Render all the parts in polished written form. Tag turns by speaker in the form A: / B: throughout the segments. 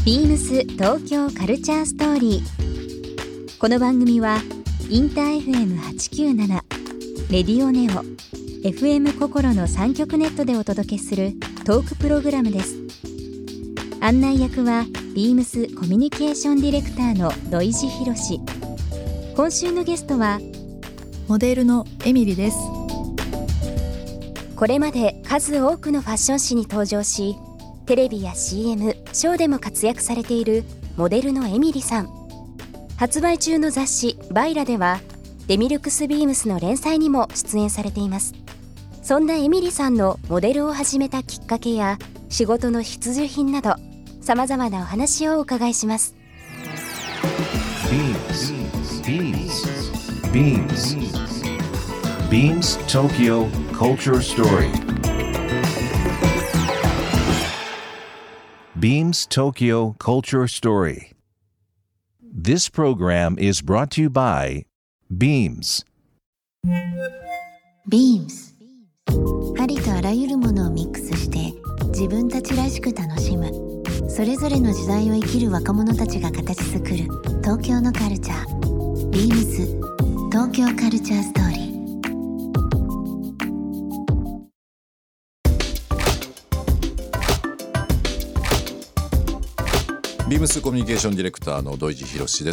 A: ビームス東京カルチャーストーリー。この番組はインター FM897 レディオネオ FM 心の3極ネットでお届けするトークプログラムです。案内役はビームスコミュニケーションディレクターの土井博志。今週のゲストは
B: モデルのエミリです。
A: これまで数多くのファッション誌に登場し、テレビや CM、ショーでも活躍されているモデルのエミリさん。発売中の雑誌バイラではデミルクスビームスの連載にも出演されています。そんなエミリさんのモデルを始めたきっかけや仕事の必需品など、さまざまなお話をお伺いします。
C: Beams Tokyo Culture Story. Beams Tokyo Culture Story. This program is brought to you by Beams.
D: Beams ありとあらゆるものをミックスして自分たちらしく楽しむ、それぞれの時代を生きる若者たちが形作る東京のカルチャー。 Beams 東京カルチャーストーリー。
E: ビームスコミュニケーションディレクターの土井博志です。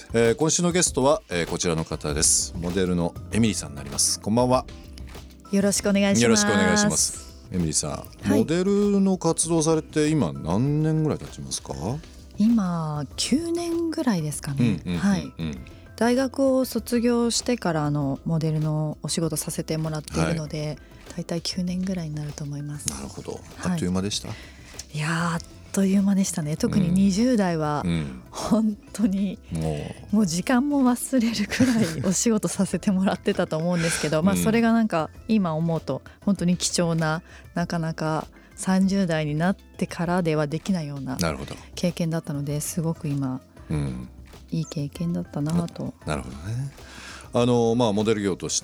E: 今週のゲストは、こちらの方です。モデルのエミリさんになります。こんばんは。
B: よろしくお願いします。
E: よろしくお願いします。エミリさん、モデルの活動されて今何年ぐらい経ちますか？
B: 今9年ぐらいですかね。大学を卒業してからモデルのお仕事させてもらっているので、だいたい9年ぐらいになると思います。
E: なるほど。あっという間でした？
B: いやあっという間でしたね。特に20代は本当にもう時間も忘れるくらいお仕事させてもらってたと思うんですけど、それがなんか今思うと本当に貴重な、なかなか30代になってからではできないような経験だったので、すごく今、いい経験だったなと。
E: なるほどね。モデル業として、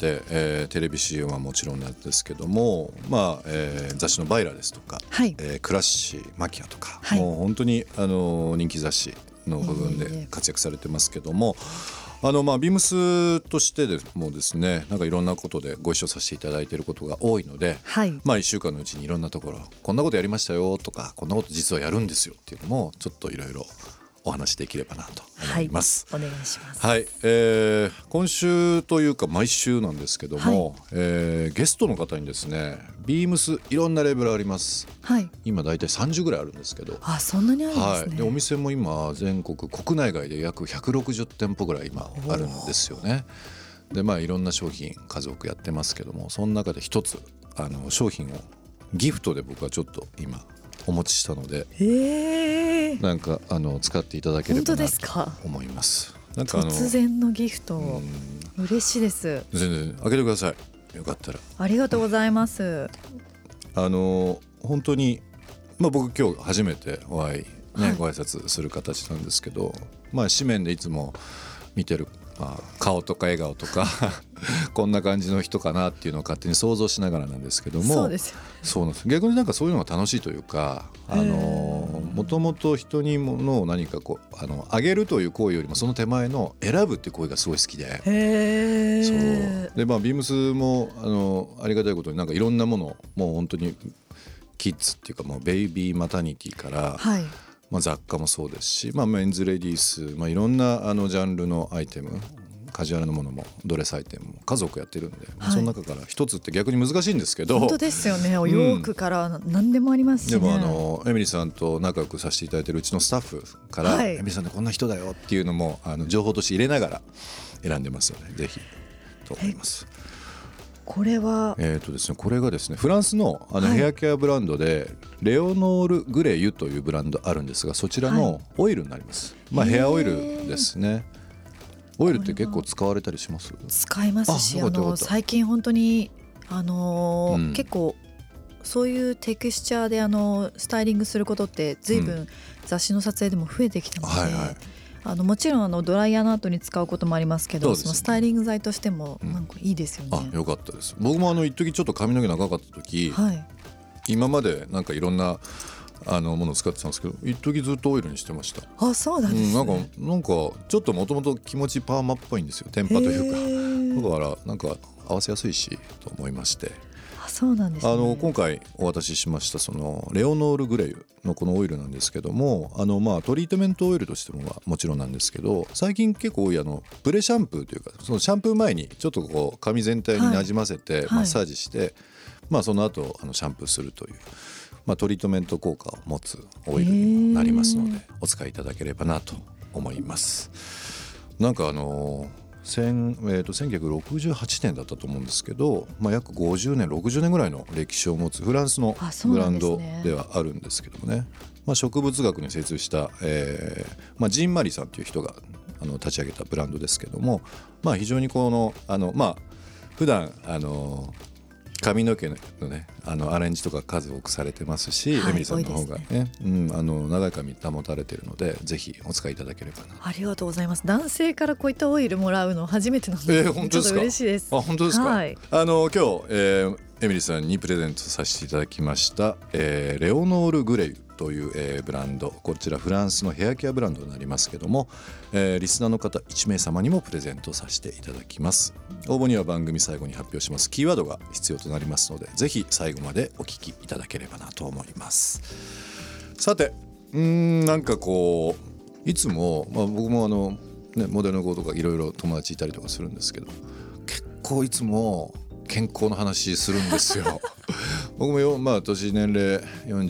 E: テレビ CM はもちろんなんですけども、雑誌のバイラですとか、クラッシーマキアとか、もう本当に人気雑誌の部分で活躍されてますけども、ビームスとしてでもですね、なんかいろんなことでご一緒させていただいていることが多いので、1週間のうちにいろんなところこんなことやりましたよとか、こんなこと実はやるんですよっていうのもちょっといろいろお話できればなと思います。
B: お願いします。
E: 今週というか毎週なんですけども、ゲストの方にですね、ビームスいろんなレベルあります。今だいたい30ぐらいあるんですけど、
B: そんなにあるんですね。
E: でお店も今全国国内外で約160店舗ぐらい今あるんですよね。でいろんな商品数多くやってますけども、その中で一つ商品をギフトで僕はちょっと今お持ちしたので、なんか使っていただければなと思います。なんか
B: 突然のギフト、嬉しいです。
E: 全然開けてください、よかったら。
B: ありがとうございます。
E: 本当に、僕今日初めてご挨拶する形なんですけど、紙面でいつも見てる顔とか笑顔とかこんな感じの人かなっていうのを勝手に想像しながらなんですけども、
B: そうですよね。
E: そうなんです。逆になんかそういうのが楽しいというか、もともと人にものを何かこうあげるという行為よりもその手前の選ぶっていう行為がすごい好きで、そうでビームスもありがたいことになんかいろんなもの、もう本当にキッズっていうかもうベイビーマタニティから、雑貨もそうですし、メンズレディース、いろんなジャンルのアイテム、カジュアルなものもドレスアイテムも家族やってるんで、その中から一つって逆に難しいんですけど。
B: 本当ですよね。お洋服から何でもありますしね。
E: でもエミリーさんと仲良くさせていただいてるうちのスタッフから、エミリーさんってこんな人だよっていうのも情報として入れながら選んでますので、ぜひと思います。
B: これは
E: ですね、これがですね、フランスのヘアケアブランドでレオノール・グレユというブランドあるんですが、そちらのオイルになります。ヘアオイルですね。オイルって結構使われたりします？
B: 使いますし、最近本当に結構そういうテクスチャーでスタイリングすることって随分雑誌の撮影でも増えてきたので、もちろんドライヤーの後に使うこともありますけど、そのスタイリング剤としてもなんかいいですよね。
E: よかったです。僕も一時ちょっと髪の毛長かった時、今までなんかいろんなものを使ってたんですけど、一時ずっとオイルにしてました。
B: あ、そうなんですね。
E: なんかちょっともともと気持ちパーマっぽいんですよ、テンパというか。だからなんか合わせやすいしと思いまして、
B: そうなんですね。
E: 今回お渡ししましたそのレオノールグレイユのこのオイルなんですけども、トリートメントオイルとしてももちろんなんですけど、最近結構多いプレシャンプーというか、そのシャンプー前にちょっとこう髪全体になじませてマッサージして、その後シャンプーするという、トリートメント効果を持つオイルになりますので、お使いいただければなと思います。なんか1968年だったと思うんですけど、約50年60年ぐらいの歴史を持つフランスのブランドではあるんですけどもね、植物学に精通した、ジン・マリさんという人が立ち上げたブランドですけども、非常にこの普段髪の毛のねアレンジとか数多くされてますし、エミリさんの方がね、長い髪保たれているので、ぜひお使いいただければな。
B: ありがとうございます。男性からこういったオイルもらうの初めてなんで、
E: 本当ですか？
B: ちょっと嬉しいです。
E: あ、本当ですか？
B: はい、
E: 今日、エミリさんにプレゼントさせていただきました、レオノールグレイユという、ブランド、こちらフランスのヘアケアブランドになりますけども、リスナーの方1名様にもプレゼントさせていただきます。応募には番組最後に発表しますキーワードが必要となりますので、ぜひ最後までお聞きいただければなと思います。さて、なんかこういつも、僕もモデルの子とかいろいろ友達いたりとかするんですけど、結構いつも健康の話するんですよ。僕も年年齢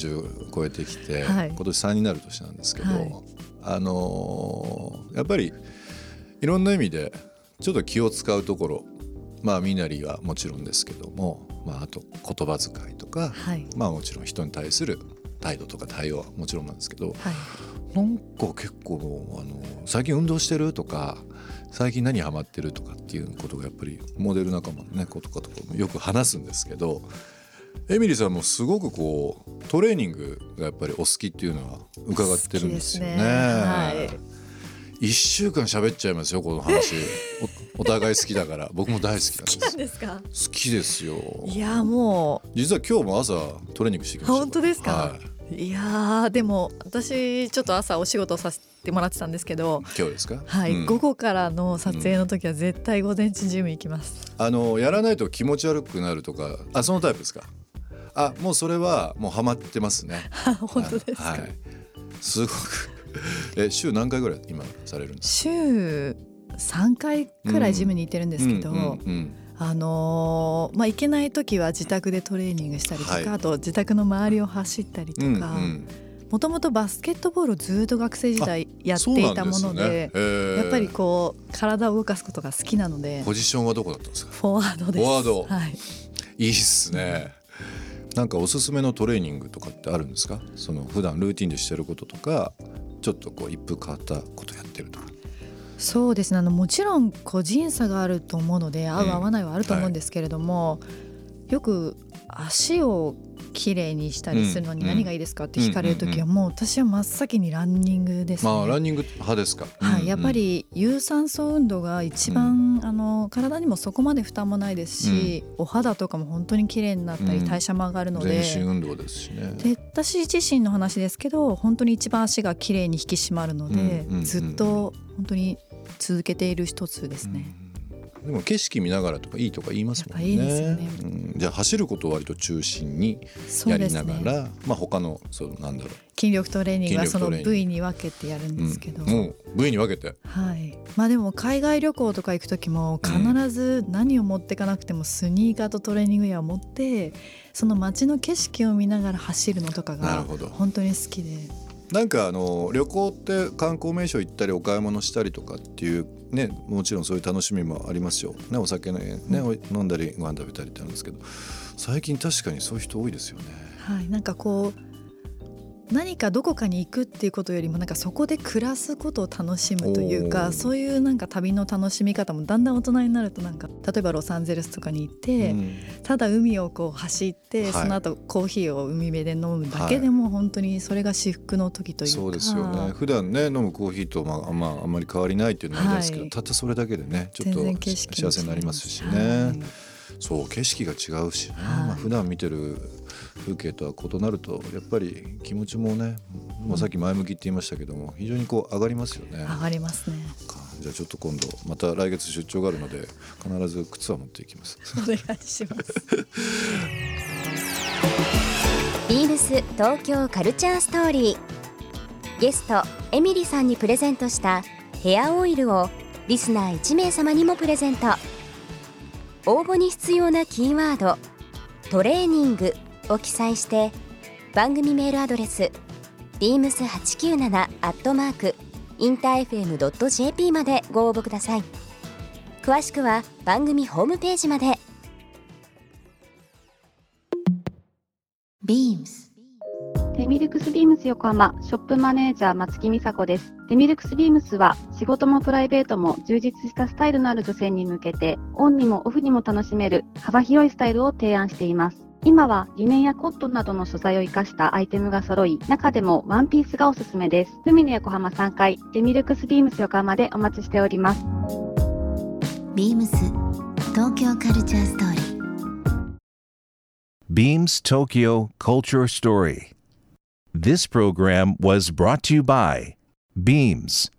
E: 40超えてきて、今年3になる年なんですけど、やっぱりいろんな意味でちょっと気を使うところ、身なりはもちろんですけども、あと言葉遣いとか、もちろん人に対する態度とか対応はもちろんなんですけど、なんか結構最近運動してるとか、最近何ハマってるとかっていうことがやっぱりモデル仲間のね子とかよく話すんですけど、エミリーさんもすごくこうトレーニングがやっぱりお好きっていうのは伺ってるんですよね。1週間喋っちゃいますよこの話。お互い好きだから僕も大好きなんです。
B: 好きなんですか？
E: 好きですよ。
B: いやもう
E: 実は今日も朝トレーニングしてきました。
B: 本当ですか？いやでも私ちょっと朝お仕事させてもらってたんですけど、
E: 今日ですか？
B: 午後からの撮影の時は絶対午前中ジム行きます。
E: やらないと気持ち悪くなるとか、そのタイプですか？もうそれはもうハマってますね。
B: 本当ですか？
E: すごく週何回ぐらい今されるんですか？
B: 週3回くらいジムに行ってるんですけど、行けない時は自宅でトレーニングしたりとか、あと自宅の周りを走ったりとか、もともとバスケットボールをずっと学生時代やっていたもので、やっぱりこう体を動かすことが好きなので。
E: ポジションはどこだったんですか？
B: フォワードです。
E: フォワード、いいっすね。なんかおすすめのトレーニングとかってあるんですか？その普段ルーティンでしてることとか、ちょっとこう一風変わったことやってるとか。
B: そうですね、もちろん個人差があると思うので、合う合わないはあると思うんですけれども、よく足をきれいにしたりするのに何がいいですかって聞かれるときは、もう私は真っ先にランニングですね。
E: ランニング派ですか？
B: やっぱり有酸素運動が一番、体にもそこまで負担もないですし、お肌とかも本当にきれいになったり、代謝も上がるので、
E: 全身運動ですしね。
B: で私自身の話ですけど、本当に一番足がきれいに引き締まるので、ずっと本当に続けている一つですね。
E: でも景色見ながらとかいいとか言いますもんね。
B: やっぱいいですよね。
E: じゃあ走ることを割と中心にやりながら、他のなんだろう、
B: 筋力トレーニングはその部位に分けてやるんですけど、
E: もう部位に分けて、
B: でも海外旅行とか行く時も必ず何を持ってかなくてもスニーカーとトレーニングウェアを持って、その街の景色を見ながら走るのとかが本当に好きで。
E: なんか旅行って観光名所行ったりお買い物したりとかっていうね、もちろんそういう楽しみもありますよね。お酒ね、飲んだりご飯食べたりってあるんですけど、最近確かにそういう人多いですよね。
B: なんかこう何かどこかに行くっていうことよりも、なんかそこで暮らすことを楽しむというか、そういうなんか旅の楽しみ方もだんだん大人になると、なんか例えばロサンゼルスとかに行って、ただ海をこう走って、その後コーヒーを海辺で飲むだけでも本当にそれが至福の時というか。
E: そうですよね。普段ね飲むコーヒーとあんまり変わりないっていうのはあれですけど、たったそれだけでねちょっと幸せになりますしね。そう、景色が違うしね。普段見てる風景とは異なるとやっぱり気持ちもね、さっき前向きって言いましたけども非常にこう上がりますよね。
B: 上がりますね。
E: じゃあちょっと今度また来月出張があるので必ず靴は持っていきます。
B: お願いします。
A: ビームス東京カルチャーストーリー、ゲストエミリさんにプレゼントしたヘアオイルをリスナー1名様にもプレゼント。応募に必要なキーワードトレーニングを記載して番組メールアドレス beams897@interfm.jp までご応募ください。詳しくは番組ホームページまで。
D: BEAMS
F: デミルクスビームス横浜ショップマネージャー松木美佐子です。デミルクスビームスは仕事もプライベートも充実したスタイルのある女性に向けてオンにもオフにも楽しめる幅広いスタイルを提案しています。今はリネンやコットンなどの素材を生かしたアイテムが揃い、中でもワンピースがおすすめです。海の横浜3階デミルクスビームス横浜でお待ちしております。
D: BEAMS 東京カルチャーストーリー。
C: Beams Tokyo Culture Story. This program was brought to you by Beams.